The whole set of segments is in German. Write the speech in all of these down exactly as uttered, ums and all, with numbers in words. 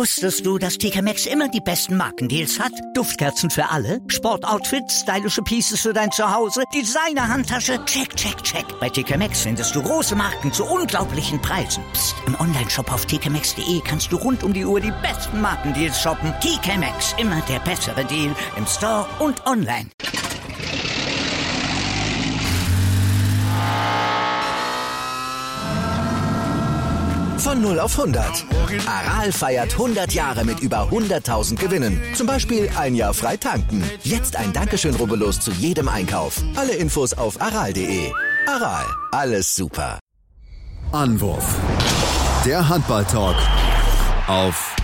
Wusstest du, dass T K Maxx immer die besten Markendeals hat? Duftkerzen für alle, Sportoutfits, stylische Pieces für dein Zuhause, Designer-Handtasche, check, check, check. Bei T K Maxx findest du große Marken zu unglaublichen Preisen. Psst. Im Onlineshop auf t k maxx punkt d e kannst du rund um die Uhr die besten Markendeals shoppen. T K Maxx, immer der bessere Deal im Store und online. Von null auf hundert. Aral feiert hundert Jahre mit über hunderttausend Gewinnen. Zum Beispiel ein Jahr frei tanken. Jetzt ein Dankeschön, rubbellos zu jedem Einkauf. Alle Infos auf aral punkt de. Aral, alles super. Anwurf. Der Handball-Talk auf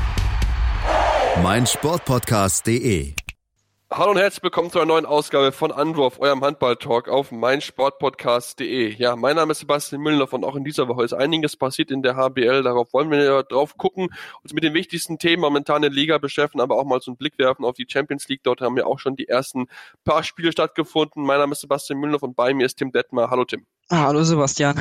meinsportpodcast punkt de. Hallo und herzlich willkommen zu einer neuen Ausgabe von Anwurf, eurem Handball-Talk auf meinsportpodcast punkt de. Ja, mein Name ist Sebastian Müllendorf und auch in dieser Woche ist einiges passiert in der H B L. Darauf wollen wir ja drauf gucken, uns mit den wichtigsten Themen momentan in der Liga beschäftigen, aber auch mal so einen Blick werfen auf die Champions League. Dort haben ja auch schon die ersten paar Spiele stattgefunden. Mein Name ist Sebastian Müllendorf und bei mir ist Tim Detmer. Hallo Tim. Hallo Sebastian.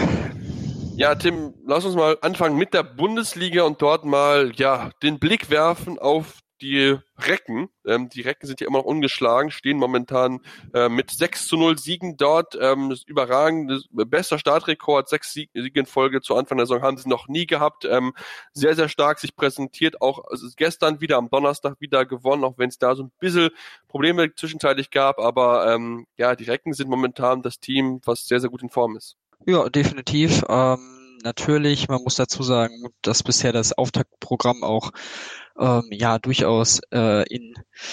Ja, Tim, lass uns mal anfangen mit der Bundesliga und dort mal ja den Blick werfen auf die Recken. Ähm, die Recken sind ja immer noch ungeschlagen, stehen momentan äh, mit sechs zu null Siegen dort. Ähm, das überragende, bester Startrekord, sechs Siege in Folge zu Anfang der Saison haben sie noch nie gehabt. Ähm, sehr, sehr stark sich präsentiert, auch also gestern wieder, am Donnerstag wieder gewonnen, auch wenn es da so ein bisschen Probleme zwischenzeitlich gab. Aber ähm, ja, die Recken sind momentan das Team, was sehr, sehr gut in Form ist. Ja, definitiv. Ähm, natürlich, man muss dazu sagen, dass bisher das Auftaktprogramm auch ähm, ja durchaus äh, in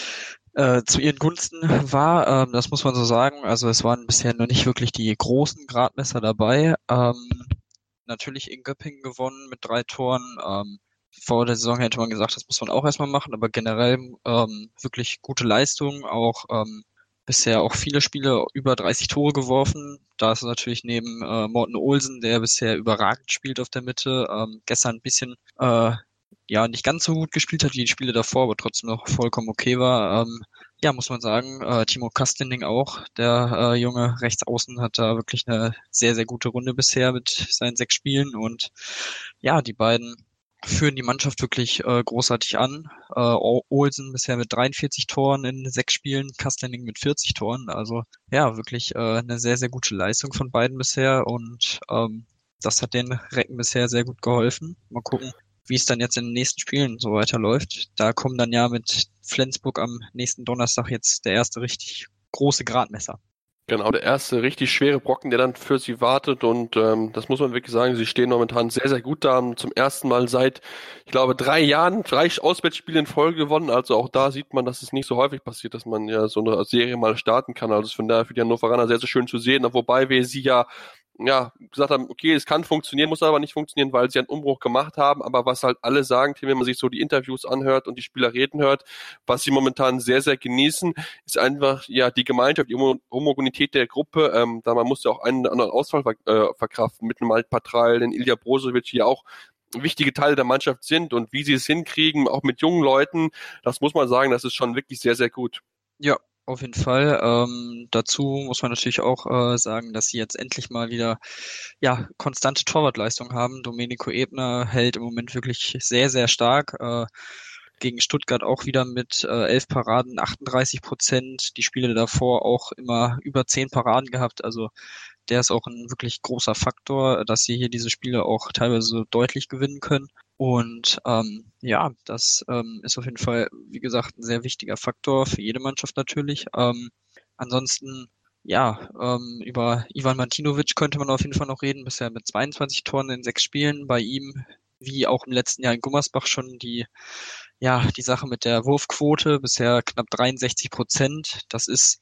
äh, zu ihren Gunsten war. Ähm, das muss man so sagen. Also es waren bisher noch nicht wirklich die großen Gradmesser dabei. Ähm, natürlich in Göppingen gewonnen mit drei Toren. Ähm, vor der Saison hätte man gesagt, das muss man auch erstmal machen, aber generell ähm, wirklich gute Leistung, auch ähm, bisher auch viele Spiele über dreißig Tore geworfen. Da ist natürlich neben äh, Morten Olsen, der bisher überragend spielt auf der Mitte, ähm, gestern ein bisschen äh, ja nicht ganz so gut gespielt hat wie die Spiele davor, aber trotzdem noch vollkommen okay war. Ähm, ja, muss man sagen, äh, Timo Kastening auch, der äh, junge Rechtsaußen, hat da wirklich eine sehr, sehr gute Runde bisher mit seinen sechs Spielen und ja, die beiden führen die Mannschaft wirklich äh, großartig an. Äh, Olsen bisher mit dreiundvierzig Toren in sechs Spielen, Kastening mit vierzig Toren. Also ja, wirklich äh, eine sehr, sehr gute Leistung von beiden bisher und ähm, das hat den Recken bisher sehr gut geholfen. Mal gucken, wie es dann jetzt in den nächsten Spielen so weiterläuft. Da kommen dann ja mit Flensburg am nächsten Donnerstag jetzt der erste richtig große Gradmesser. Genau, der erste richtig schwere Brocken, der dann für sie wartet und ähm, das muss man wirklich sagen, sie stehen momentan sehr, sehr gut da, haben zum ersten Mal seit, ich glaube, drei Jahren drei Auswärtsspiele in Folge gewonnen, also auch da sieht man, dass es nicht so häufig passiert, dass man ja so eine Serie mal starten kann, also von daher für die Hannoveraner sehr, sehr schön zu sehen, wobei wir sie ja ja, gesagt haben, okay, es kann funktionieren, muss aber nicht funktionieren, weil sie einen Umbruch gemacht haben, aber was halt alle sagen, wenn man sich so die Interviews anhört und die Spieler reden hört, was sie momentan sehr, sehr genießen, ist einfach, ja, die Gemeinschaft, die Homogenität der Gruppe, ähm, da man muss ja auch einen oder anderen Ausfall äh, verkraften, mit einem Alt Patral, den Ilja Brozovic, die ja auch wichtige Teile der Mannschaft sind und wie sie es hinkriegen, auch mit jungen Leuten, das muss man sagen, das ist schon wirklich sehr, sehr gut. Ja, auf jeden Fall. Ähm, dazu muss man natürlich auch äh, sagen, dass sie jetzt endlich mal wieder ja konstante Torwartleistung haben. Domenico Ebner hält im Moment wirklich sehr, sehr stark. Äh, gegen Stuttgart auch wieder mit äh, elf Paraden, achtunddreißig Prozent. Die Spiele davor auch immer über zehn Paraden gehabt. Also der ist auch ein wirklich großer Faktor, dass sie hier diese Spiele auch teilweise so deutlich gewinnen können. Und ähm, ja, das ähm, ist auf jeden Fall, wie gesagt, ein sehr wichtiger Faktor für jede Mannschaft natürlich. Ähm, ansonsten, ja, ähm, über Ivan Martinovic könnte man auf jeden Fall noch reden. Bisher mit zweiundzwanzig Toren in sechs Spielen. Bei ihm, wie auch im letzten Jahr in Gummersbach, schon die, ja, die Sache mit der Wurfquote. Bisher knapp dreiundsechzig Prozent. Das ist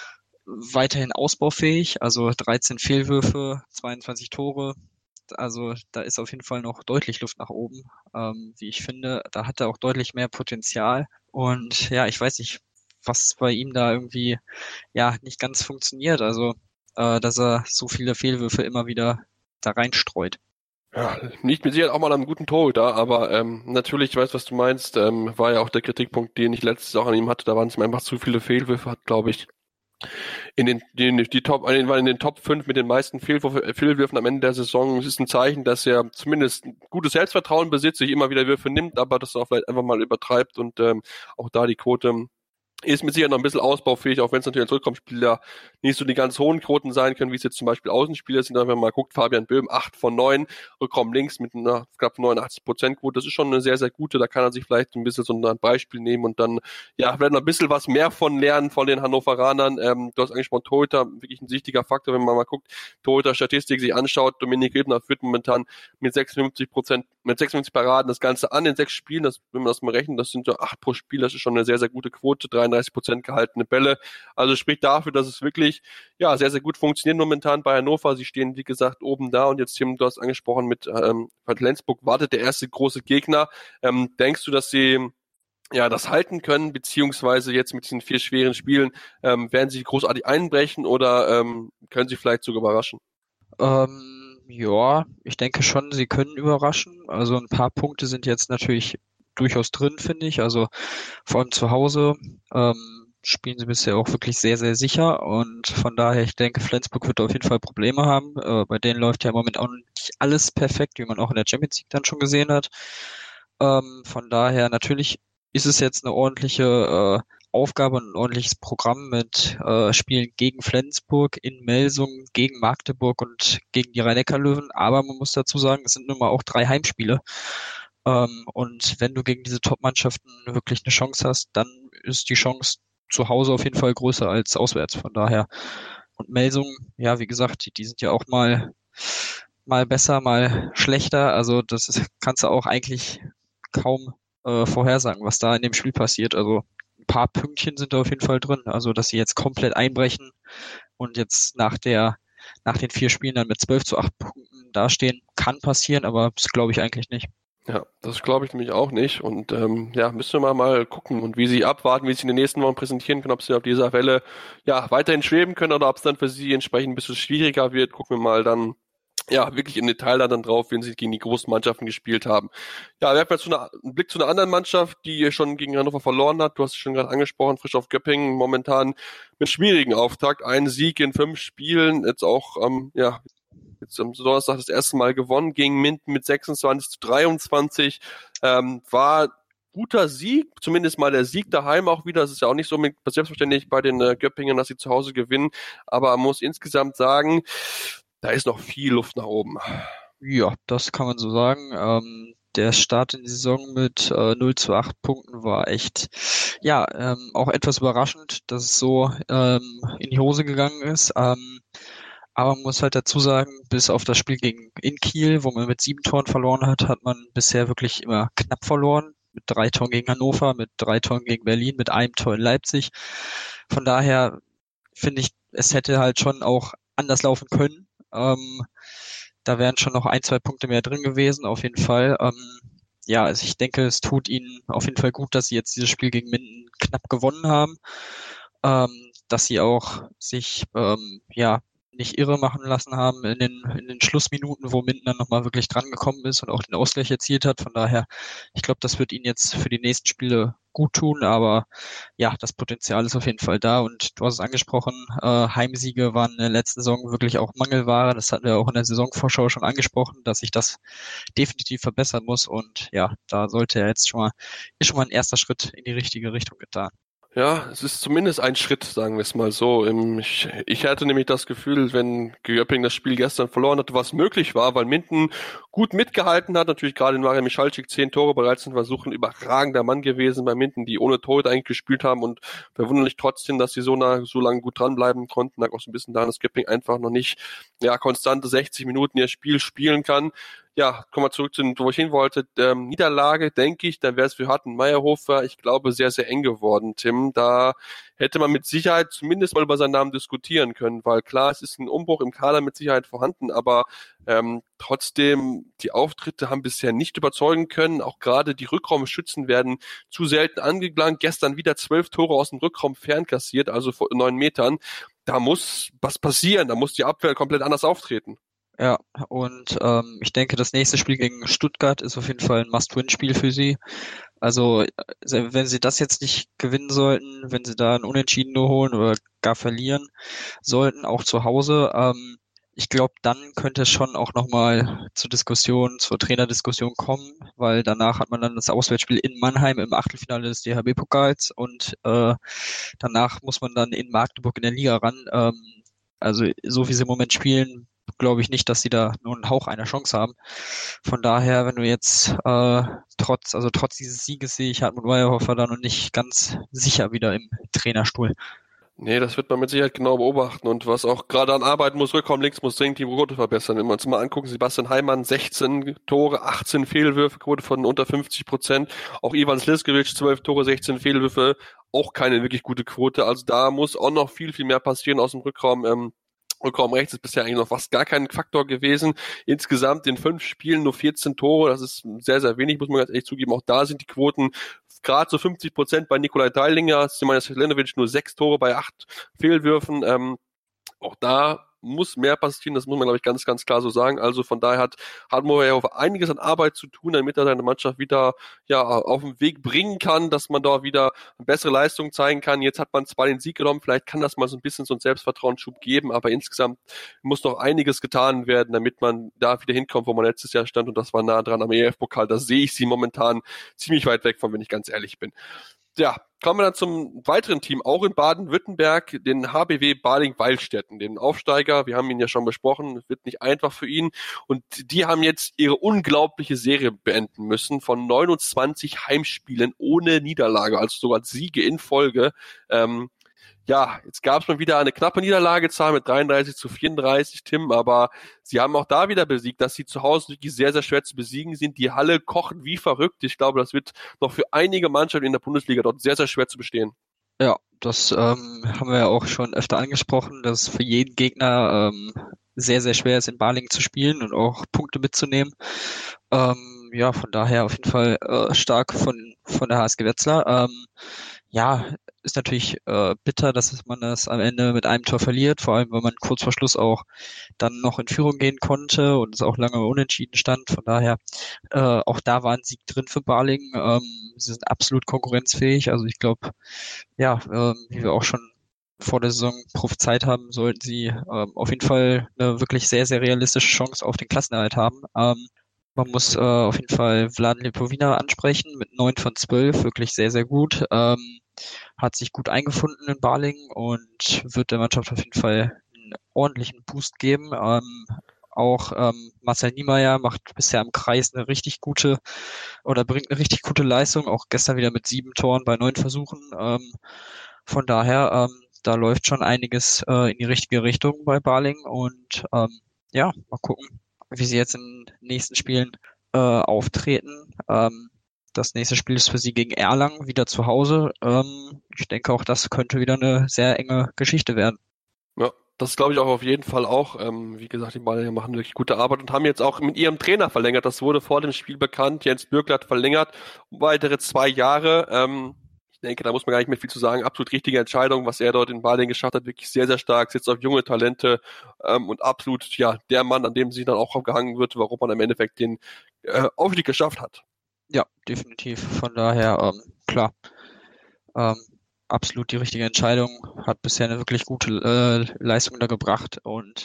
weiterhin ausbaufähig. Also dreizehn Fehlwürfe, zweiundzwanzig Tore. Also da ist auf jeden Fall noch deutlich Luft nach oben, ähm, wie ich finde. Da hat er auch deutlich mehr Potenzial. Und ja, ich weiß nicht, was bei ihm da irgendwie ja nicht ganz funktioniert. Also, äh, dass er so viele Fehlwürfe immer wieder da reinstreut. Ja, nicht mit Sicherheit auch mal einem guten Torhüter, aber ähm, natürlich, ich weiß, was du meinst, ähm, war ja auch der Kritikpunkt, den ich letztes auch an ihm hatte. Da waren es mir einfach zu viele Fehlwürfe, hat, glaube ich, In den, die, die Top, waren in den Top fünf mit den meisten Fehlwürfe, Fehlwürfen am Ende der Saison. Es ist ein Zeichen, dass er zumindest ein gutes Selbstvertrauen besitzt, sich immer wieder Würfe nimmt, aber das auch vielleicht einfach mal übertreibt und ähm, auch da die Quote ist mit Sicherheit noch ein bisschen ausbaufähig, auch wenn es natürlich als Rückraumspieler nicht so die ganz hohen Quoten sein können, wie es jetzt zum Beispiel Außenspieler sind. Wenn man mal guckt, Fabian Böhm, acht von neun, Rückraum links mit einer knapp neunundachtzig Prozent Quote, das ist schon eine sehr, sehr gute, da kann er sich vielleicht ein bisschen so ein Beispiel nehmen und dann, ja, vielleicht noch ein bisschen was mehr von lernen von den Hannoveranern. Ähm, du hast angesprochen, Torhüter, wirklich ein wichtiger Faktor, wenn man mal guckt, Torhüter-Statistik sich anschaut, Dominik Rebner führt momentan mit sechsundfünfzig Prozent, mit sechsundfünfzig Paraden das Ganze an in sechs Spielen, das, wenn man das mal rechnet, das sind so acht pro Spiel, das ist schon eine sehr, sehr gute Quote, dreiunddreißig Prozent gehaltene Bälle. Also spricht dafür, dass es wirklich ja sehr, sehr gut funktioniert momentan bei Hannover. Sie stehen, wie gesagt, oben da und jetzt, Tim, du hast angesprochen, mit ähm, Flensburg wartet der erste große Gegner. Ähm, denkst du, dass sie ja das halten können, beziehungsweise jetzt mit diesen vier schweren Spielen, ähm, werden sie großartig einbrechen oder ähm, können sie vielleicht sogar überraschen? Ähm, ja, ich denke schon, sie können überraschen. Also ein paar Punkte sind jetzt natürlich durchaus drin, finde ich. Also vor allem zu Hause ähm, spielen sie bisher auch wirklich sehr, sehr sicher. Und von daher, ich denke, Flensburg wird auf jeden Fall Probleme haben. Äh, bei denen läuft ja im Moment auch nicht alles perfekt, wie man auch in der Champions League dann schon gesehen hat. Ähm, von daher, natürlich ist es jetzt eine ordentliche äh, Aufgabe und ein ordentliches Programm mit äh, Spielen gegen Flensburg, in Melsungen, gegen Magdeburg und gegen die Rhein-Neckar-Löwen. Aber man muss dazu sagen, es sind nun mal auch drei Heimspiele. Ähm, und wenn du gegen diese Top-Mannschaften wirklich eine Chance hast, dann ist die Chance zu Hause auf jeden Fall größer als auswärts. Von daher. Und Melsungen, ja, wie gesagt, die, die sind ja auch mal, mal besser, mal schlechter. Also das ist, kannst du auch eigentlich kaum äh, vorhersagen, was da in dem Spiel passiert. Also ein paar Pünktchen sind da auf jeden Fall drin. Also dass sie jetzt komplett einbrechen und jetzt nach der nach den vier Spielen dann mit zwölf zu acht Punkten dastehen, kann passieren, aber das glaube ich eigentlich nicht. Ja, das glaube ich nämlich auch nicht. Und ähm, ja, müssen wir mal, mal gucken und wie sie abwarten, wie sie in den nächsten Wochen präsentieren können, ob sie auf dieser Welle ja weiterhin schweben können oder ob es dann für sie entsprechend ein bisschen schwieriger wird. Gucken wir mal dann ja wirklich im Detail dann drauf, wenn sie gegen die großen Mannschaften gespielt haben. Ja, wir haben jetzt einen Blick zu einer anderen Mannschaft, die schon gegen Hannover verloren hat. Du hast es schon gerade angesprochen, Frischhoff Göppingen momentan mit schwierigen Auftakt. Ein Sieg in fünf Spielen, jetzt auch ähm, ja jetzt am Donnerstag das erste Mal gewonnen gegen Minden mit sechsundzwanzig zu dreiundzwanzig. Ähm, war guter Sieg, zumindest mal der Sieg daheim auch wieder. Das ist ja auch nicht so selbstverständlich bei den äh, Göppingen, dass sie zu Hause gewinnen. Aber man muss insgesamt sagen, da ist noch viel Luft nach oben. Ja, das kann man so sagen. Ähm, der Start in die Saison mit äh, null zu acht Punkten war echt, ja, ähm, auch etwas überraschend, dass es so ähm, in die Hose gegangen ist. Ähm, aber man muss halt dazu sagen, bis auf das Spiel gegen in Kiel, wo man mit sieben Toren verloren hat, hat man bisher wirklich immer knapp verloren. Mit drei Toren gegen Hannover, mit drei Toren gegen Berlin, mit einem Tor in Leipzig. Von daher finde ich, es hätte halt schon auch anders laufen können. Ähm, da wären schon noch ein, zwei Punkte mehr drin gewesen, auf jeden Fall. Ähm, ja, also ich denke, es tut ihnen auf jeden Fall gut, dass sie jetzt dieses Spiel gegen Minden knapp gewonnen haben. Ähm, dass sie auch sich, ähm, ja, nicht irre machen lassen haben in den, in den Schlussminuten, wo Minden dann nochmal wirklich dran gekommen ist und auch den Ausgleich erzielt hat. Von daher, ich glaube, das wird ihnen jetzt für die nächsten Spiele gut tun, aber ja, das Potenzial ist auf jeden Fall da und du hast es angesprochen, äh, Heimsiege waren in der letzten Saison wirklich auch Mangelware. Das hatten wir auch in der Saisonvorschau schon angesprochen, dass sich das definitiv verbessern muss und ja, da sollte er jetzt schon mal, ist schon mal ein erster Schritt in die richtige Richtung getan. Ja, es ist zumindest ein Schritt, sagen wir es mal so. Ich, ich hatte nämlich das Gefühl, wenn Göppingen das Spiel gestern verloren hatte, was möglich war, weil Minden gut mitgehalten hat. Natürlich gerade in Marian Michalczyk zehn Tore bereits in Versuchen, überragender Mann gewesen bei Minden, die ohne Torhüter eigentlich gespielt haben und verwunderlich trotzdem, dass sie so, nah, so lange gut dranbleiben konnten. Lag auch so ein bisschen daran, dass Göppingen einfach noch nicht ja konstante sechzig Minuten ihr Spiel spielen kann. Ja, kommen wir zurück zu dem, wo ich hin wollte. Ähm, Niederlage, denke ich, dann wäre es für Harten Meyerhofer, ich glaube, sehr, sehr eng geworden, Tim. Da hätte man mit Sicherheit zumindest mal über seinen Namen diskutieren können, weil klar, es ist ein Umbruch im Kader mit Sicherheit vorhanden, aber ähm, trotzdem, die Auftritte haben bisher nicht überzeugen können. Auch gerade die Rückraumschützen werden zu selten angelangt. Gestern wieder zwölf Tore aus dem Rückraum fernkassiert, also vor neun Metern. Da muss was passieren, da muss die Abwehr komplett anders auftreten. Ja, und ähm, ich denke, das nächste Spiel gegen Stuttgart ist auf jeden Fall ein Must-Win-Spiel für sie. Also wenn sie das jetzt nicht gewinnen sollten, wenn sie da ein Unentschieden nur holen oder gar verlieren sollten, auch zu Hause, ähm, ich glaube, dann könnte es schon auch nochmal zur Diskussion, zur Trainerdiskussion kommen, weil danach hat man dann das Auswärtsspiel in Mannheim im Achtelfinale des D H B-Pokals und äh, danach muss man dann in Magdeburg in der Liga ran. Ähm, also so wie sie im Moment spielen, glaube ich nicht, dass sie da nur einen Hauch einer Chance haben. Von daher, wenn du jetzt äh, trotz, also trotz dieses Sieges sehe ich Hartmut Weierhofer da noch nicht ganz sicher wieder im Trainerstuhl. Nee, das wird man mit Sicherheit genau beobachten. Und was auch gerade an Arbeit muss, rückkommen, links muss dringend die Quote verbessern. Wenn wir uns mal angucken, Sebastian Heimann, sechzehn Tore, achtzehn Fehlwürfe, Quote von unter fünfzig Prozent. Auch Ivan Sliskovic, zwölf Tore, sechzehn Fehlwürfe, auch keine wirklich gute Quote. Also da muss auch noch viel, viel mehr passieren aus dem Rückraum. Ähm, Rückraum rechts ist bisher eigentlich noch fast gar kein Faktor gewesen. Insgesamt in fünf Spielen nur vierzehn Tore, das ist sehr, sehr wenig, muss man ganz ehrlich zugeben. Auch da sind die Quoten gerade so fünfzig Prozent bei Nikolai Deilinger, Simonas Selenovic nur sechs Tore bei acht Fehlwürfen. Ähm, auch da muss mehr passieren, das muss man, glaube ich, ganz, ganz klar so sagen. Also von daher hat Hartmut Weierhofer einiges an Arbeit zu tun, damit er seine Mannschaft wieder ja auf den Weg bringen kann, dass man da wieder eine bessere Leistung zeigen kann. Jetzt hat man zwar den Sieg genommen, vielleicht kann das mal so ein bisschen so einen Selbstvertrauensschub geben, aber insgesamt muss noch einiges getan werden, damit man da wieder hinkommt, wo man letztes Jahr stand, und das war nah dran am E F-Pokal. Da sehe ich sie momentan ziemlich weit weg von, wenn ich ganz ehrlich bin. Ja, kommen wir dann zum weiteren Team, auch in Baden-Württemberg, den H B W Baling-Weilstätten, den Aufsteiger. Wir haben ihn ja schon besprochen, es wird nicht einfach für ihn. Und die haben jetzt ihre unglaubliche Serie beenden müssen von neunundzwanzig Heimspielen ohne Niederlage, also sogar Siege in Folge. Ähm, Ja, jetzt gab es mal wieder eine knappe Niederlagezahl mit dreiunddreißig zu vierunddreißig, Tim, aber sie haben auch da wieder besiegt, dass sie zu Hause wirklich sehr, sehr schwer zu besiegen sind. Die Halle kocht wie verrückt. Ich glaube, das wird noch für einige Mannschaften in der Bundesliga dort sehr, sehr schwer zu bestehen. Ja, das ähm, haben wir ja auch schon öfter angesprochen, dass es für jeden Gegner ähm, sehr, sehr schwer ist, in Balingen zu spielen und auch Punkte mitzunehmen. Ähm, ja, von daher auf jeden Fall äh, stark von von der H S G Wetzlar. Ähm, ja, ist natürlich äh, bitter, dass man das am Ende mit einem Tor verliert, vor allem, weil man kurz vor Schluss auch dann noch in Führung gehen konnte und es auch lange unentschieden stand. Von daher, äh, auch da war ein Sieg drin für Balingen. Ähm, sie sind absolut konkurrenzfähig. Also ich glaube, ja, ähm, wie wir auch schon vor der Saison prophezeit haben, sollten sie ähm, auf jeden Fall eine wirklich sehr, sehr realistische Chance auf den Klassenerhalt haben. Ähm, man muss äh, auf jeden Fall Vladen Lipovina ansprechen mit neun von zwölf, wirklich sehr, sehr gut. Ähm, hat sich gut eingefunden in Balingen und wird der Mannschaft auf jeden Fall einen ordentlichen Boost geben. Ähm, auch ähm, Marcel Niemeyer macht bisher im Kreis eine richtig gute oder bringt eine richtig gute Leistung, auch gestern wieder mit sieben Toren bei neun Versuchen. Ähm, von daher, ähm, da läuft schon einiges äh, in die richtige Richtung bei Balingen und ähm, ja, mal gucken, wie sie jetzt in den nächsten Spielen äh, auftreten. Ähm, Das nächste Spiel ist für sie gegen Erlangen, wieder zu Hause. Ähm, ich denke auch, das könnte wieder eine sehr enge Geschichte werden. Ja, das glaube ich auch auf jeden Fall auch. Ähm, wie gesagt, die Balinger machen wirklich gute Arbeit und haben jetzt auch mit ihrem Trainer verlängert. Das wurde vor dem Spiel bekannt. Jens Bürkle hat verlängert um weitere zwei Jahre. Ähm, ich denke, da muss man gar nicht mehr viel zu sagen. Absolut richtige Entscheidung, was er dort in Balingen geschafft hat. Wirklich sehr, sehr stark. Sitzt auf junge Talente ähm, und absolut ja der Mann, an dem sie dann auch gehangen wird, warum man im Endeffekt den äh, Aufstieg geschafft hat. Ja, definitiv. Von daher, ähm, klar, ähm, absolut die richtige Entscheidung. Hat bisher eine wirklich gute äh, Leistung da gebracht und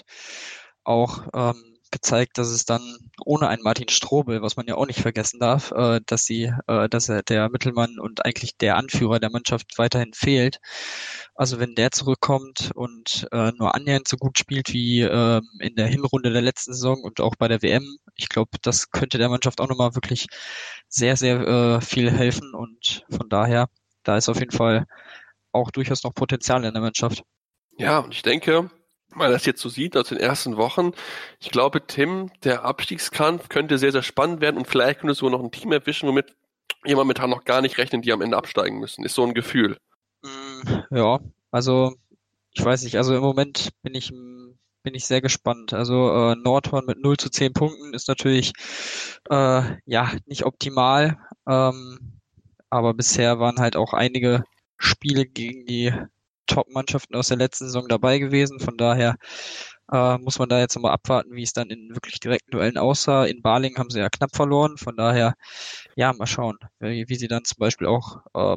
auch ähm, gezeigt, dass es dann ohne einen Martin Strobel, was man ja auch nicht vergessen darf, äh, dass sie, äh, dass er der Mittelmann und eigentlich der Anführer der Mannschaft weiterhin fehlt. Also wenn der zurückkommt und äh, nur annähernd so gut spielt wie äh, in der Hinrunde der letzten Saison und auch bei der W M, ich glaube, das könnte der Mannschaft auch nochmal wirklich sehr, sehr äh, viel helfen und von daher, da ist auf jeden Fall auch durchaus noch Potenzial in der Mannschaft. Ja, und ich denke, wenn man das jetzt so sieht aus den ersten Wochen, ich glaube, Tim, der Abstiegskampf könnte sehr, sehr spannend werden und vielleicht könnte es sogar noch ein Team erwischen, womit wir momentan noch gar nicht rechnen, die am Ende absteigen müssen. Ist so ein Gefühl. Ja, also ich weiß nicht, also im Moment bin ich bin ich sehr gespannt. Also äh, Nordhorn mit null zu zehn Punkten ist natürlich äh, ja nicht optimal, ähm, aber bisher waren halt auch einige Spiele gegen die Top-Mannschaften aus der letzten Saison dabei gewesen. Von daher äh, muss man da jetzt nochmal abwarten, wie es dann in wirklich direkten Duellen aussah. In Balingen haben sie ja knapp verloren. Von daher, ja, mal schauen, wie, wie sie dann zum Beispiel auch ähm,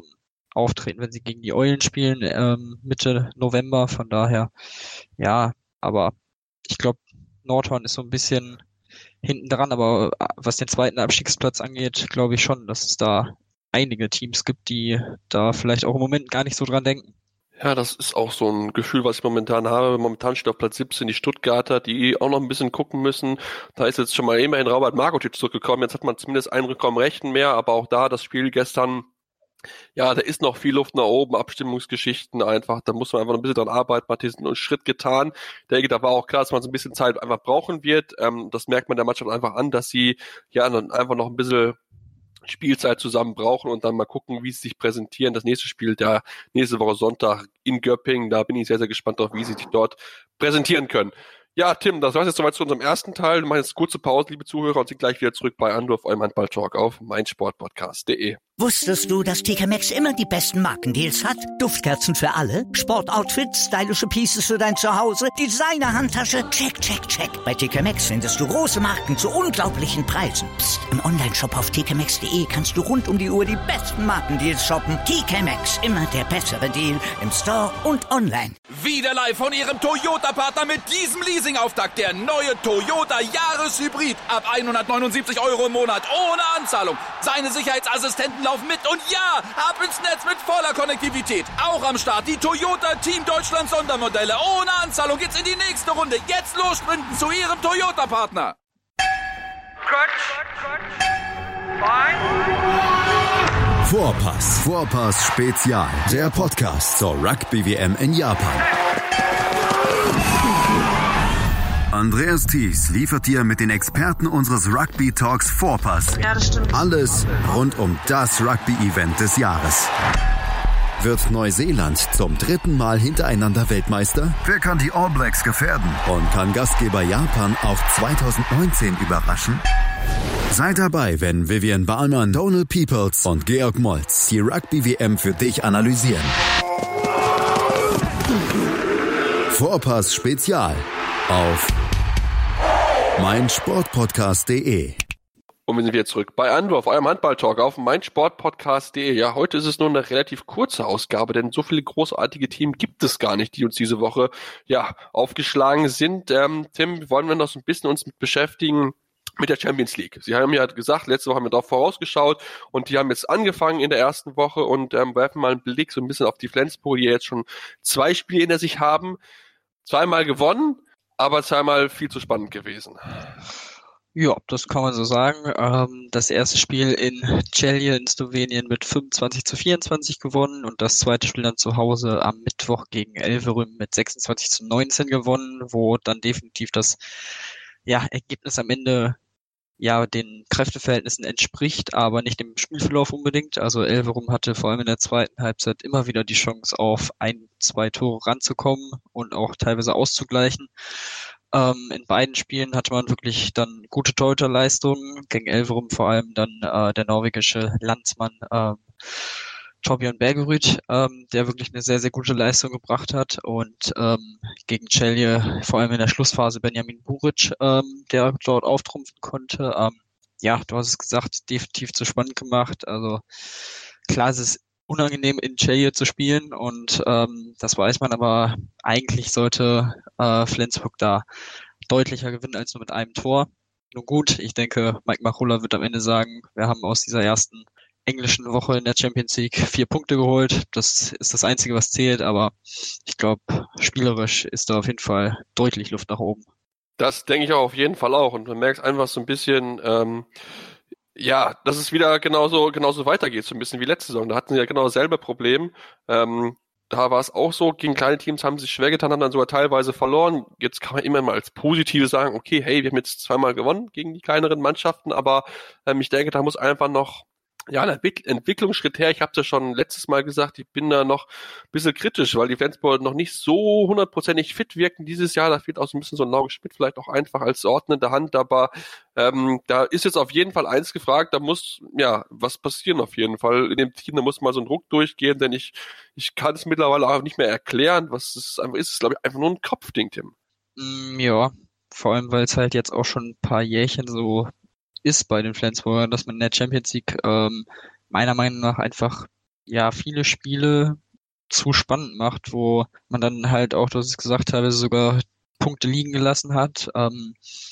auftreten, wenn sie gegen die Eulen spielen, ähm, Mitte November. Von daher, ja, aber ich glaube, Nordhorn ist so ein bisschen hinten dran, aber was den zweiten Abstiegsplatz angeht, glaube ich schon, dass es da einige Teams gibt, die da vielleicht auch im Moment gar nicht so dran denken. Ja, das ist auch so ein Gefühl, was ich momentan habe. Momentan steht auf Platz siebzehn die Stuttgarter, die auch noch ein bisschen gucken müssen. Da ist jetzt schon mal immerhin Robert Markotic zurückgekommen. Jetzt hat man zumindest einen Rückkommen rechten mehr, aber auch da das Spiel gestern, ja, da ist noch viel Luft nach oben, Abstimmungsgeschichten einfach. Da muss man einfach noch ein bisschen dran arbeiten. Man hat diesen Schritt getan. Ich denke, da war auch klar, dass man so ein bisschen Zeit einfach brauchen wird. Ähm, das merkt man der Mannschaft einfach an, dass sie ja dann einfach noch ein bisschen Spielzeit zusammen brauchen und dann mal gucken, wie sie sich präsentieren. Das nächste Spiel, der nächste Woche Sonntag in Göppingen, da bin ich sehr, sehr gespannt drauf, wie sie sich dort präsentieren können. Ja, Tim, das war's jetzt soweit zu unserem ersten Teil. Wir machen jetzt kurze Pause, liebe Zuhörer, und sind gleich wieder zurück bei Andorf, eurem Handball-Talk auf meinsportpodcast punkt de. Wusstest du, dass T K Maxx immer die besten Markendeals hat? Duftkerzen für alle, Sportoutfits, stylische Pieces für dein Zuhause, Designer-Handtasche, check, check, check. Bei T K Maxx findest du große Marken zu unglaublichen Preisen. Psst. Im Onlineshop auf t k maxx punkt de kannst du rund um die Uhr die besten Markendeals shoppen. T K Maxx, immer der bessere Deal im Store und online. Wieder live von Ihrem Toyota-Partner mit diesem Leasing-Auftakt. Der neue Toyota Jahreshybrid. Ab hundertneunundsiebzig Euro im Monat ohne Anzahlung. Seine Sicherheitsassistenten laufen mit und ja, ab ins Netz mit voller Konnektivität. Auch am Start die Toyota Team Deutschland Sondermodelle. Ohne Anzahlung geht's in die nächste Runde. Jetzt los sprinten zu Ihrem Toyota-Partner. Vorpass. Vorpass Spezial. Der Podcast zur Rugby-W M in Japan. Andreas Thies liefert dir mit den Experten unseres Rugby Talks Vorpass ja, das stimmt. alles rund um das Rugby-Event des Jahres. Wird Neuseeland zum dritten Mal hintereinander Weltmeister? Wer kann die All Blacks gefährden? Und kann Gastgeber Japan auch zwanzig neunzehn überraschen? Seid dabei, wenn Vivian Bahlmann, Donal Peoples und Georg Moltz die Rugby-W M für dich analysieren. Vorpass Spezial auf meinsportpodcast punkt de. Und wir sind wieder zurück bei Andorf, eurem Handball-Talk auf meinsportpodcast punkt de. Ja, heute ist es nur eine relativ kurze Ausgabe, denn so viele großartige Teams gibt es gar nicht, die uns diese Woche ja aufgeschlagen sind. Ähm, Tim, wollen wir noch so ein bisschen uns mit beschäftigen mit der Champions League. Sie haben ja gesagt, letzte Woche haben wir darauf vorausgeschaut und die haben jetzt angefangen in der ersten Woche und ähm, werfen mal einen Blick so ein bisschen auf die Flensburg, die jetzt schon zwei Spiele hinter sich haben. Zweimal gewonnen, aber zweimal viel zu spannend gewesen. Ja, das kann man so sagen. Ähm, das erste Spiel in Celje in Slowenien mit fünfundzwanzig zu vierundzwanzig gewonnen und das zweite Spiel dann zu Hause am Mittwoch gegen Elverum mit sechsundzwanzig zu neunzehn gewonnen, wo dann definitiv das ja, Ergebnis am Ende ja den Kräfteverhältnissen entspricht, aber nicht dem Spielverlauf unbedingt. Also Elverum hatte vor allem in der zweiten Halbzeit immer wieder die Chance, auf ein, zwei Tore ranzukommen und auch teilweise auszugleichen. Ähm, in beiden Spielen hatte man wirklich dann gute Torhüterleistungen. Gegen Elverum vor allem dann äh, der norwegische Landsmann ähm, Torbjörn Bergerud, ähm, der wirklich eine sehr, sehr gute Leistung gebracht hat. Und ähm, gegen Celje vor allem in der Schlussphase Benjamin Buric, ähm, der dort auftrumpfen konnte. Ähm, ja, du hast es gesagt, definitiv zu spannend gemacht. Also klar, es ist unangenehm in Celje zu spielen und ähm, das weiß man, aber eigentlich sollte äh, Flensburg da deutlicher gewinnen als nur mit einem Tor. Nun gut, ich denke, Mike Machulla wird am Ende sagen, wir haben aus dieser ersten englischen Woche in der Champions League vier Punkte geholt. Das ist das Einzige, was zählt, aber ich glaube, spielerisch ist da auf jeden Fall deutlich Luft nach oben. Das denke ich auch auf jeden Fall auch und man merkt einfach so ein bisschen, ähm, ja, dass es wieder genauso genauso weitergeht, so ein bisschen wie letzte Saison. Da hatten sie ja genau dasselbe Problem. Ähm, da war es auch so, gegen kleine Teams haben sie sich schwer getan, haben dann sogar teilweise verloren. Jetzt kann man immer mal als Positive sagen, okay, hey, wir haben jetzt zweimal gewonnen gegen die kleineren Mannschaften, aber ähm, ich denke, da muss einfach noch ja, ein Entwicklungsschritt her. Ich habe es ja schon letztes Mal gesagt, ich bin da noch ein bisschen kritisch, weil die Flensburg noch nicht so hundertprozentig fit wirken dieses Jahr. Da fehlt auch so ein bisschen so ein Lauge Schmidt vielleicht auch einfach als ordnende Hand, aber ähm, da ist jetzt auf jeden Fall eins gefragt, da muss ja was passieren auf jeden Fall in dem Team, da muss mal so ein Druck durchgehen, denn ich ich kann es mittlerweile auch nicht mehr erklären, was es einfach ist. Es ist, glaube ich, einfach nur ein Kopfding, Tim. Mm, ja, vor allem, weil es halt jetzt auch schon ein paar Jährchen so ist bei den Flensburgern, dass man in der Champions League ähm, meiner Meinung nach einfach ja viele Spiele zu spannend macht, wo man dann halt auch, du hast es gesagt, teilweise sogar Punkte liegen gelassen hat. Ähm,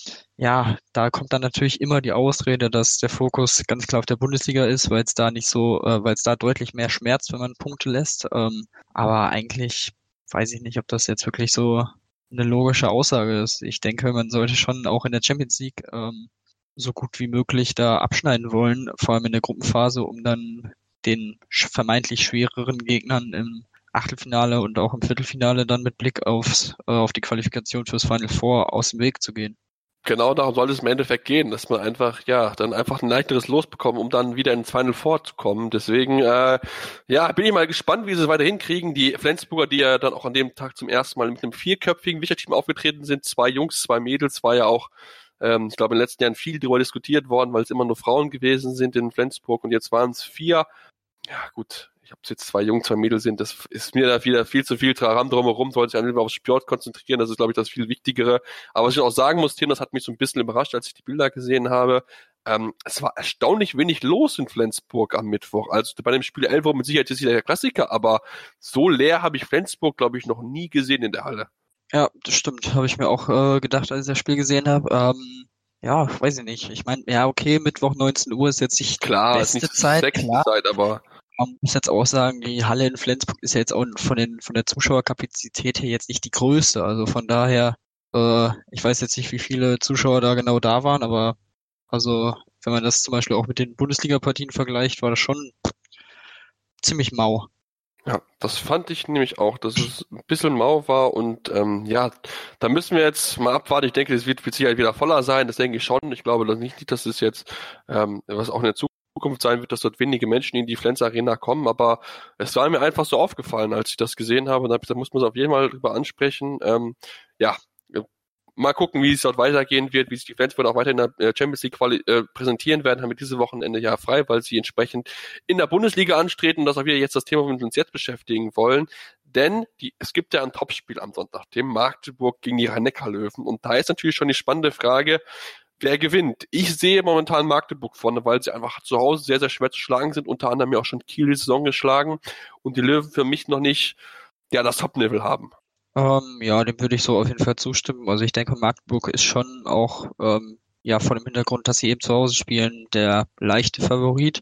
ja, da kommt dann natürlich immer die Ausrede, dass der Fokus ganz klar auf der Bundesliga ist, weil es da nicht so, äh, weil es da deutlich mehr schmerzt, wenn man Punkte lässt. Ähm, aber eigentlich weiß ich nicht, ob das jetzt wirklich so eine logische Aussage ist. Ich denke, man sollte schon auch in der Champions League ähm, so gut wie möglich da abschneiden wollen, vor allem in der Gruppenphase, um dann den vermeintlich schwereren Gegnern im Achtelfinale und auch im Viertelfinale dann mit Blick aufs, äh, auf die Qualifikation fürs Final Four aus dem Weg zu gehen. Genau darum soll es im Endeffekt gehen, dass man einfach, ja, dann einfach ein leichteres Los bekommt, um dann wieder ins Final Four zu kommen. Deswegen, äh, ja, bin ich mal gespannt, wie sie es weiter hinkriegen. Die Flensburger, die ja dann auch an dem Tag zum ersten Mal mit einem vierköpfigen Wichterteam aufgetreten sind, zwei Jungs, zwei Mädels, war ja auch, ähm, ich glaube, in den letzten Jahren viel darüber diskutiert worden, weil es immer nur Frauen gewesen sind in Flensburg und jetzt waren es vier. Ja, gut. Ich habe jetzt zwei Jungs, zwei Mädels sind, das ist mir da wieder viel zu viel Traram drumherum, sollte sich einfach aufs Sport konzentrieren, das ist, glaube ich, das viel Wichtigere. Aber was ich auch sagen muss, Tim, das hat mich so ein bisschen überrascht, als ich die Bilder gesehen habe. Ähm, es war erstaunlich wenig los in Flensburg am Mittwoch. Also bei dem Spiel elf Uhr mit Sicherheit ist es der Klassiker, aber so leer habe ich Flensburg, glaube ich, noch nie gesehen in der Halle. Ja, das stimmt, habe ich mir auch äh, gedacht, als ich das Spiel gesehen habe. Ähm, ja, weiß ich nicht. Ich meine, ja, okay, Mittwoch neunzehn Uhr ist jetzt nicht klar, die beste ist nicht Zeit, sechste klar. Zeit, aber Man muss jetzt auch sagen, die Halle in Flensburg ist ja jetzt auch von den von der Zuschauerkapazität her jetzt nicht die größte. Also von daher, äh, ich weiß jetzt nicht, wie viele Zuschauer da genau da waren, aber also wenn man das zum Beispiel auch mit den Bundesliga-Partien vergleicht, war das schon ziemlich mau. ja, das fand ich nämlich auch, dass es ein bisschen mau war und ähm, ja, da müssen wir jetzt mal abwarten. Ich denke, es wird mit Sicherheit wieder voller sein, das denke ich schon. Ich glaube dass nicht, dass es jetzt, ähm, was auch in der Zukunft sein wird, dass dort wenige Menschen in die Flens Arena kommen, aber es war mir einfach so aufgefallen, als ich das gesehen habe und da, da muss man es auf jeden Fall drüber ansprechen. Ähm, ja, mal gucken, wie es dort weitergehen wird, wie sich die Flensburger auch weiter in der Champions League quali- äh, präsentieren werden, haben wir dieses Wochenende ja frei, weil sie entsprechend in der Bundesliga antreten. Das ist auch wieder jetzt das Thema, womit wir uns jetzt beschäftigen wollen. Denn die, es gibt ja ein Topspiel am Sonntag, dem Magdeburg gegen die Rhein-Neckar-Löwen. Und da ist natürlich schon die spannende Frage, wer gewinnt? Ich sehe momentan Magdeburg vorne, weil sie einfach zu Hause sehr, sehr schwer zu schlagen sind. Unter anderem ja auch schon Kiel die Saison geschlagen. Und die Löwen für mich noch nicht ja das Top-Level haben. Ähm, ja, dem würde ich so auf jeden Fall zustimmen. Also ich denke, Magdeburg ist schon auch, ähm, ja, vor dem Hintergrund, dass sie eben zu Hause spielen, der leichte Favorit.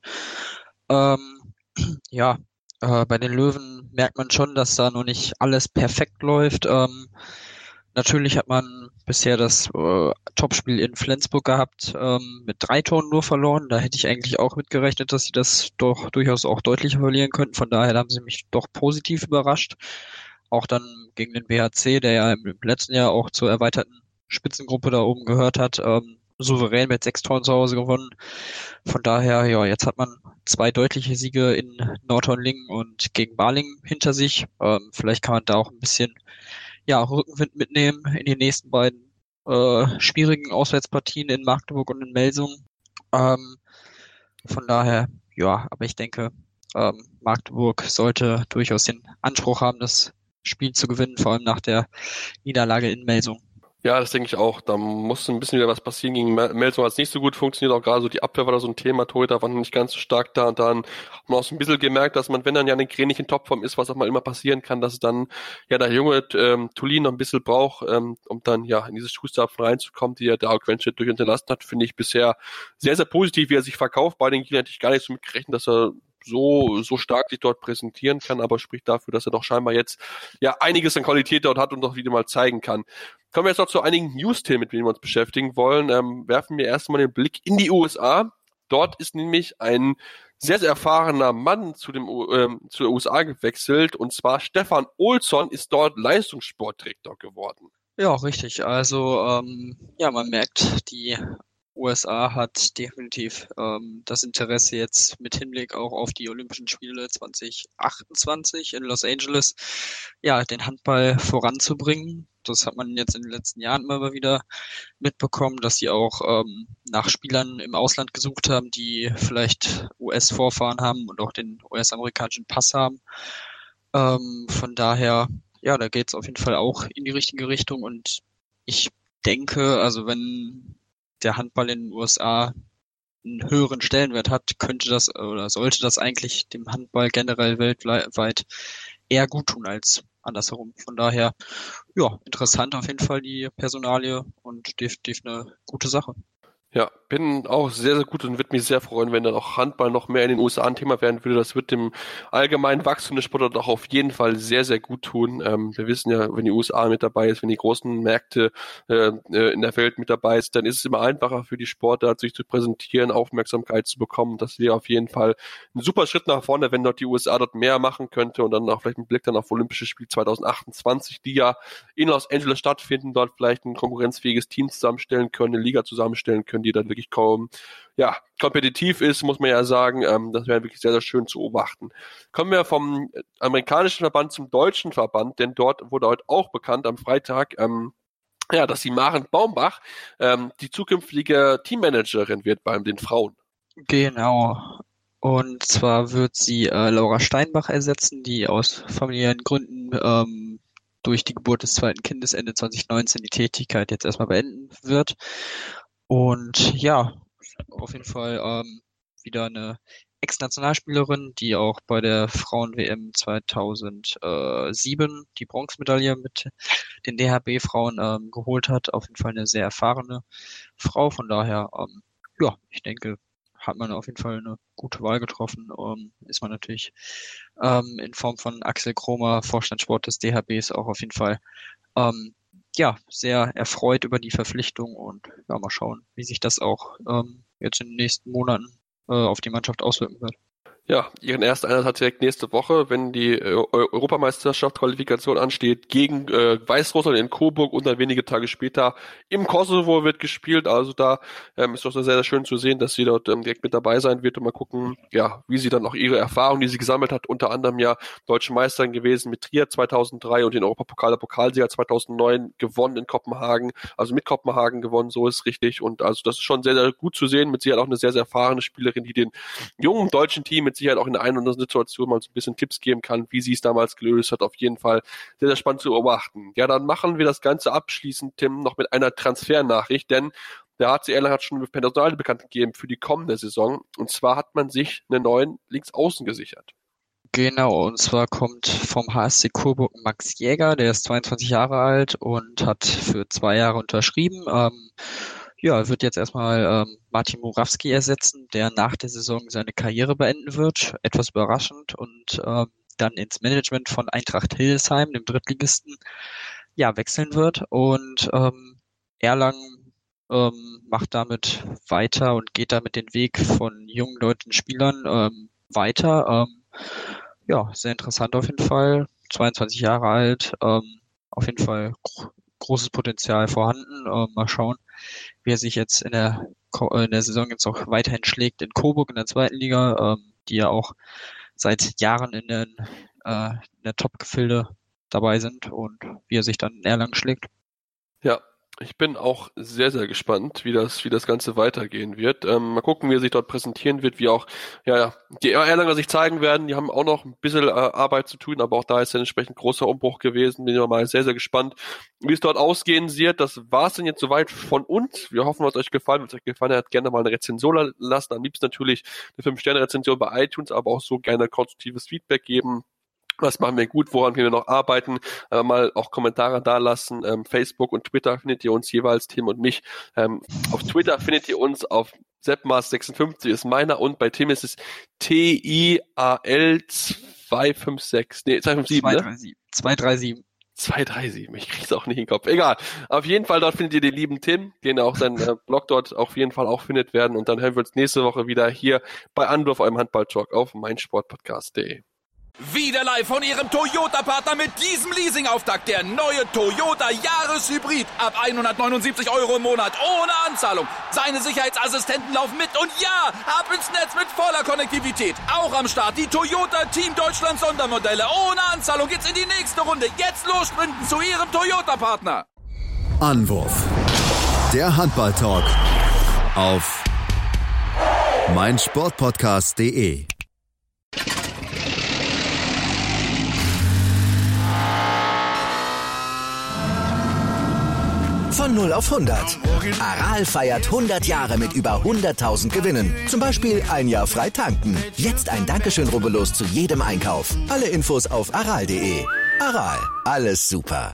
Ähm, ja, äh, bei den Löwen merkt man schon, dass da noch nicht alles perfekt läuft. Ähm, natürlich hat man bisher das äh, Topspiel in Flensburg gehabt, ähm, mit drei Toren nur verloren. Da hätte ich eigentlich auch mitgerechnet, dass sie das doch durchaus auch deutlicher verlieren könnten. Von daher haben sie mich doch positiv überrascht. Auch dann gegen den B H C, der ja im letzten Jahr auch zur erweiterten Spitzengruppe da oben gehört hat, ähm, souverän mit sechs Toren zu Hause gewonnen. Von daher, ja, jetzt hat man zwei deutliche Siege in Nordhorn-Lingen und gegen Balingen hinter sich. Ähm, vielleicht kann man da auch ein bisschen, ja, Rückenwind mitnehmen in die nächsten beiden äh, schwierigen Auswärtspartien in Magdeburg und in Melsung. Ähm, von daher, ja, aber ich denke, ähm, Magdeburg sollte durchaus den Anspruch haben, das Spiel zu gewinnen, vor allem nach der Niederlage in Melsung. Ja, das denke ich auch. Da muss ein bisschen wieder was passieren. Gegen Melsung hat es nicht so gut funktioniert. Auch gerade so die Abwehr war da so ein Thema. Torhüter waren nicht ganz so stark da. Und dann hat man auch so ein bisschen gemerkt, dass man, wenn dann ja eine Krähe nicht in Topform ist, was auch mal immer passieren kann, dass es dann ja der junge ähm, Tulin noch ein bisschen braucht, ähm, um dann ja in diese Fußstapfen reinzukommen, die ja der Quenstedt durch hinterlassen hat. Finde ich bisher sehr, sehr positiv, wie er sich verkauft. Bei den Gegnern hätte ich gar nicht so mitgerechnet, dass er so so stark sich dort präsentieren kann, aber spricht dafür, dass er doch scheinbar jetzt ja einiges an Qualität dort hat und doch wieder mal zeigen kann. Kommen wir jetzt noch zu einigen News-Themen, mit denen wir uns beschäftigen wollen. Ähm, werfen wir erstmal den Blick in die U S A. Dort ist nämlich ein sehr, sehr erfahrener Mann zu dem ähm, zu den U S A gewechselt, und zwar Stefan Olsson ist dort Leistungssportdirektor geworden. Ja, richtig. Also ähm, ja, man merkt, die U S A hat definitiv ähm, das Interesse jetzt mit Hinblick auch auf die Olympischen Spiele zwanzig achtundzwanzig in Los Angeles, ja, den Handball voranzubringen. Das hat man jetzt in den letzten Jahren immer mal wieder mitbekommen, dass sie auch ähm, nach Spielern im Ausland gesucht haben, die vielleicht U S-Vorfahren haben und auch den U S-amerikanischen Pass haben. Ähm, von daher, ja, da geht es auf jeden Fall auch in die richtige Richtung, und ich denke, also wenn der Handball in den U S A einen höheren Stellenwert hat, könnte das oder sollte das eigentlich dem Handball generell weltweit eher gut tun als andersherum. Von daher, ja, interessant auf jeden Fall die Personalie und definitiv eine gute Sache. Ja, bin auch sehr, sehr gut und würde mich sehr freuen, wenn dann auch Handball noch mehr in den U S A ein Thema werden würde. Das wird dem allgemeinen Wachstum des Sportarts auch auf jeden Fall sehr, sehr gut tun. Ähm, wir wissen ja, wenn die U S A mit dabei ist, wenn die großen Märkte äh, in der Welt mit dabei ist, dann ist es immer einfacher für die Sportart, sich zu präsentieren, Aufmerksamkeit zu bekommen. Das wäre auf jeden Fall ein super Schritt nach vorne, wenn dort die U S A dort mehr machen könnte und dann auch vielleicht einen Blick dann auf Olympische Spiele zwanzig achtundzwanzig, die ja in Los Angeles stattfinden, dort vielleicht ein konkurrenzfähiges Team zusammenstellen können, eine Liga zusammenstellen können, die dann wirklich kaum ja, kompetitiv ist, muss man ja sagen. Ähm, das wäre wirklich sehr, sehr schön zu beobachten. Kommen wir vom amerikanischen Verband zum deutschen Verband, denn dort wurde heute auch bekannt am Freitag, ähm, ja, dass die Maren Baumbach ähm, die zukünftige Teammanagerin wird bei den Frauen. Genau. Und zwar wird sie äh, Laura Steinbach ersetzen, die aus familiären Gründen ähm, durch die Geburt des zweiten Kindes Ende zwanzig neunzehn die Tätigkeit jetzt erstmal beenden wird. Und ja, auf jeden Fall ähm, wieder eine Ex-Nationalspielerin, die auch bei der Frauen-W M zweitausendsieben die Bronzemedaille mit den D H B-Frauen ähm, geholt hat. Auf jeden Fall eine sehr erfahrene Frau. Von daher, ähm, ja, ich denke, hat man auf jeden Fall eine gute Wahl getroffen. Ähm, ist man natürlich ähm, in Form von Axel Kromer, Vorstandssport des D H Bs, auch auf jeden Fall ähm, ja, sehr erfreut über die Verpflichtung und ja, mal schauen, wie sich das auch ähm, jetzt in den nächsten Monaten äh, auf die Mannschaft auswirken wird. Ja, ihren ersten Einsatz hat direkt nächste Woche, wenn die äh, Europameisterschaft-Qualifikation ansteht, gegen äh, Weißrussland in Coburg und dann wenige Tage später im Kosovo wird gespielt. Also da ähm, ist doch sehr, sehr schön zu sehen, dass sie dort ähm, direkt mit dabei sein wird und mal gucken, ja, wie sie dann auch ihre Erfahrung, die sie gesammelt hat, unter anderem ja Deutsche Meisterin gewesen mit Trier zweitausenddrei und den Europapokal der Pokalsieger zweitausendneun gewonnen in Kopenhagen, also mit Kopenhagen gewonnen, so ist richtig. Und also das ist schon sehr, sehr gut zu sehen. Mit Sicherheit auch eine sehr, sehr erfahrene Spielerin, die den jungen deutschen Team mit Sicherheit auch in der einen oder anderen Situation mal so ein bisschen Tipps geben kann, wie sie es damals gelöst hat. Auf jeden Fall sehr, sehr spannend zu beobachten. Ja, dann machen wir das Ganze abschließend, Tim, noch mit einer Transfernachricht, denn der H C Erlangen hat schon Personal bekannt gegeben für die kommende Saison. Und zwar hat man sich einen neuen Linksaußen gesichert. Genau, und zwar kommt vom H S C Coburg Max Jäger, der ist zweiundzwanzig Jahre alt und hat für zwei Jahre unterschrieben. Ähm, Ja, wird jetzt erstmal ähm, Martin Murawski ersetzen, der nach der Saison seine Karriere beenden wird. Etwas überraschend und ähm, dann ins Management von Eintracht Hildesheim, dem Drittligisten, ja, wechseln wird. Und ähm, Erlangen ähm, macht damit weiter und geht damit den Weg von jungen deutschen Spielern ähm, weiter. Ähm, ja, sehr interessant auf jeden Fall. zweiundzwanzig Jahre alt, ähm, auf jeden Fall gro- großes Potenzial vorhanden. Ähm, mal schauen, wie er sich jetzt in der, in der Saison jetzt auch weiterhin schlägt in Coburg in der zweiten Liga, ähm, die ja auch seit Jahren in, den, äh, in der Top-Gefilde dabei sind und wie er sich dann in Erlangen schlägt. Ja, ich bin auch sehr, sehr gespannt, wie das, wie das Ganze weitergehen wird. Ähm, mal gucken, wie er sich dort präsentieren wird, wie auch, ja, die Erlanger sich zeigen werden. Die haben auch noch ein bisschen äh, Arbeit zu tun, aber auch da ist ein entsprechend großer Umbruch gewesen. Bin ich mal sehr, sehr gespannt, wie es dort ausgehen wird. Das war's denn jetzt soweit von uns. Wir hoffen, es euch gefallen. Wenn es euch gefallen hat, gerne mal eine Rezension lassen. Am liebsten natürlich eine fünf Sterne Rezension bei iTunes, aber auch so gerne konstruktives Feedback geben. Was machen wir gut, woran können wir noch arbeiten, äh, mal auch Kommentare da lassen. Ähm, Facebook und Twitter findet ihr uns jeweils, Tim und mich. Ähm, auf Twitter findet ihr uns auf Seppmars sechsundfünfzig ist meiner und bei Tim ist es T I A L zwei fünf sechs, nee, zwei fünf sieben, ne? zwei drei sieben. zwei drei sieben, ich krieg's auch nicht in den Kopf. Egal. Auf jeden Fall, dort findet ihr den lieben Tim, den auch sein äh, Blog dort auf jeden Fall auch findet werden. Und dann hören wir uns nächste Woche wieder hier bei Anwurf, eurem Handball-Talk auf meinsportpodcast punkt de. Wieder live von Ihrem Toyota-Partner mit diesem Leasing-Auftakt. Der neue Toyota Jahreshybrid. Ab hundertneunundsiebzig Euro im Monat. Ohne Anzahlung. Seine Sicherheitsassistenten laufen mit. Und ja, ab ins Netz mit voller Konnektivität. Auch am Start die Toyota Team Deutschland Sondermodelle. Ohne Anzahlung geht's in die nächste Runde. Jetzt los sprinten zu Ihrem Toyota-Partner. Anwurf. Der Handball-Talk auf meinsportpodcast punkt de. Von null auf hundert. Aral feiert hundert Jahre mit über hunderttausend Gewinnen. Zum Beispiel ein Jahr frei tanken. Jetzt ein Dankeschön, rubbellos zu jedem Einkauf. Alle Infos auf aral punkt de. Aral, alles super.